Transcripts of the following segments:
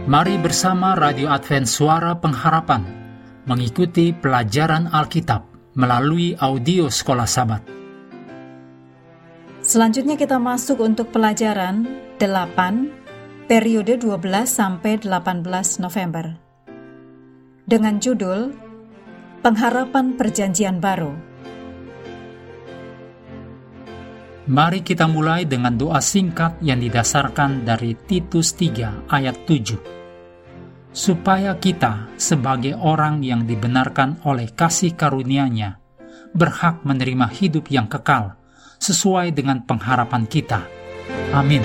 Mari bersama Radio Advent Suara Pengharapan mengikuti pelajaran Alkitab melalui audio Sekolah Sabat. Selanjutnya kita masuk untuk pelajaran 8 periode 12 sampai 18 November dengan judul Pengharapan Perjanjian Baru. Mari kita mulai dengan doa singkat yang didasarkan dari Titus 3 ayat 7. Supaya kita sebagai orang yang dibenarkan oleh kasih karunia-Nya berhak menerima hidup yang kekal sesuai dengan pengharapan kita. Amin.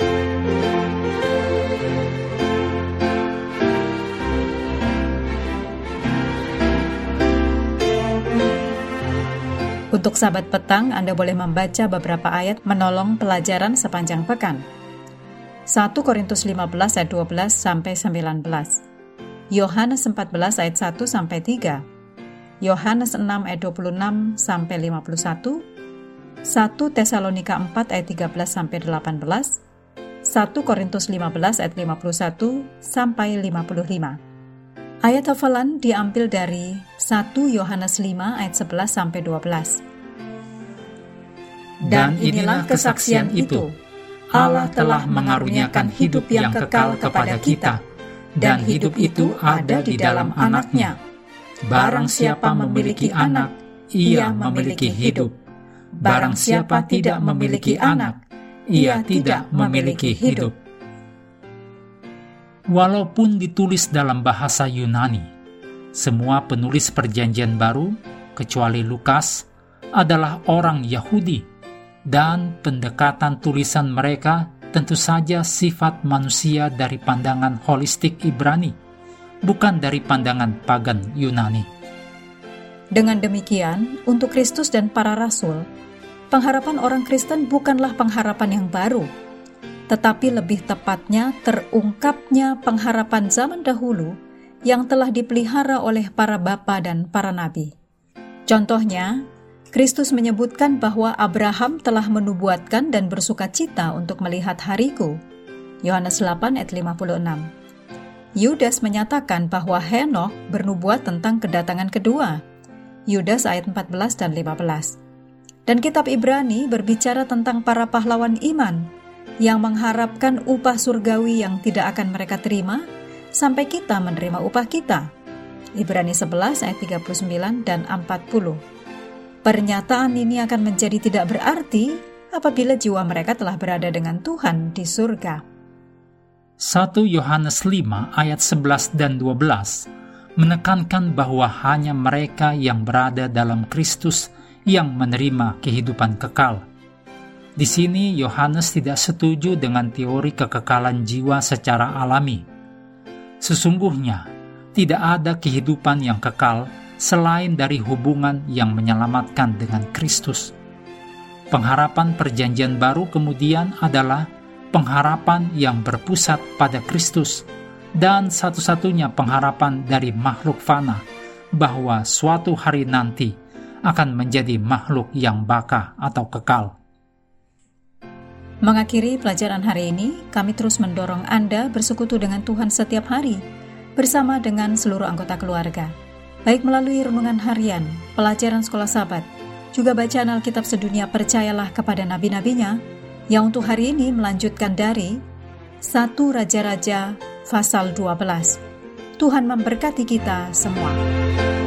Untuk sahabat petang, Anda boleh membaca beberapa ayat menolong pelajaran sepanjang pekan. 1 Korintus 15 ayat 12 sampai 19. Yohanes 14 ayat 1 sampai 3. Yohanes 6 ayat 26 sampai 51. 1 Tesalonika 4 ayat 13 sampai 18. 1 Korintus 15 ayat 51 sampai 55. Ayat hafalan diambil dari 1 Yohanes 5 ayat 11 sampai 12. Dan inilah kesaksian itu, Allah telah mengaruniakan hidup yang kekal kepada kita, dan hidup itu ada di dalam Anak-Nya. Barang siapa memiliki anak, ia memiliki hidup. Barang siapa tidak memiliki anak, ia tidak memiliki hidup. Walaupun ditulis dalam bahasa Yunani, semua penulis Perjanjian Baru, kecuali Lukas, adalah orang Yahudi, dan pendekatan tulisan mereka tentu saja sifat manusia dari pandangan holistik Ibrani, bukan dari pandangan pagan Yunani. Dengan demikian, untuk Kristus dan para rasul, pengharapan orang Kristen bukanlah pengharapan yang baru, tetapi lebih tepatnya terungkapnya pengharapan zaman dahulu yang telah dipelihara oleh para bapa dan para nabi. Contohnya, Kristus menyebutkan bahwa Abraham telah menubuatkan dan bersuka cita untuk melihat hariku. Yohanes 8 ayat 56. Yudas menyatakan bahwa Henokh bernubuat tentang kedatangan kedua. Yudas ayat 14 dan 15. Dan kitab Ibrani berbicara tentang para pahlawan iman yang mengharapkan upah surgawi yang tidak akan mereka terima sampai kita menerima upah kita. Ibrani 11 ayat 39 dan 40. Pernyataan ini akan menjadi tidak berarti apabila jiwa mereka telah berada dengan Tuhan di surga. 1 Yohanes 5 ayat 11 dan 12 menekankan bahwa hanya mereka yang berada dalam Kristus yang menerima kehidupan kekal. Di sini Yohanes tidak setuju dengan teori kekekalan jiwa secara alami. Sesungguhnya, tidak ada kehidupan yang kekal selain dari hubungan yang menyelamatkan dengan Kristus. Pengharapan Perjanjian Baru kemudian adalah pengharapan yang berpusat pada Kristus dan satu-satunya pengharapan dari makhluk fana bahwa suatu hari nanti akan menjadi makhluk yang baka atau kekal. Mengakhiri pelajaran hari ini, kami terus mendorong Anda bersekutu dengan Tuhan setiap hari, bersama dengan seluruh anggota keluarga, baik melalui renungan harian, pelajaran sekolah Sabat, juga bacaan Alkitab sedunia percayalah kepada nabi-nabinya, yang untuk hari ini melanjutkan dari 1 Raja-Raja pasal 12. Tuhan memberkati kita semua.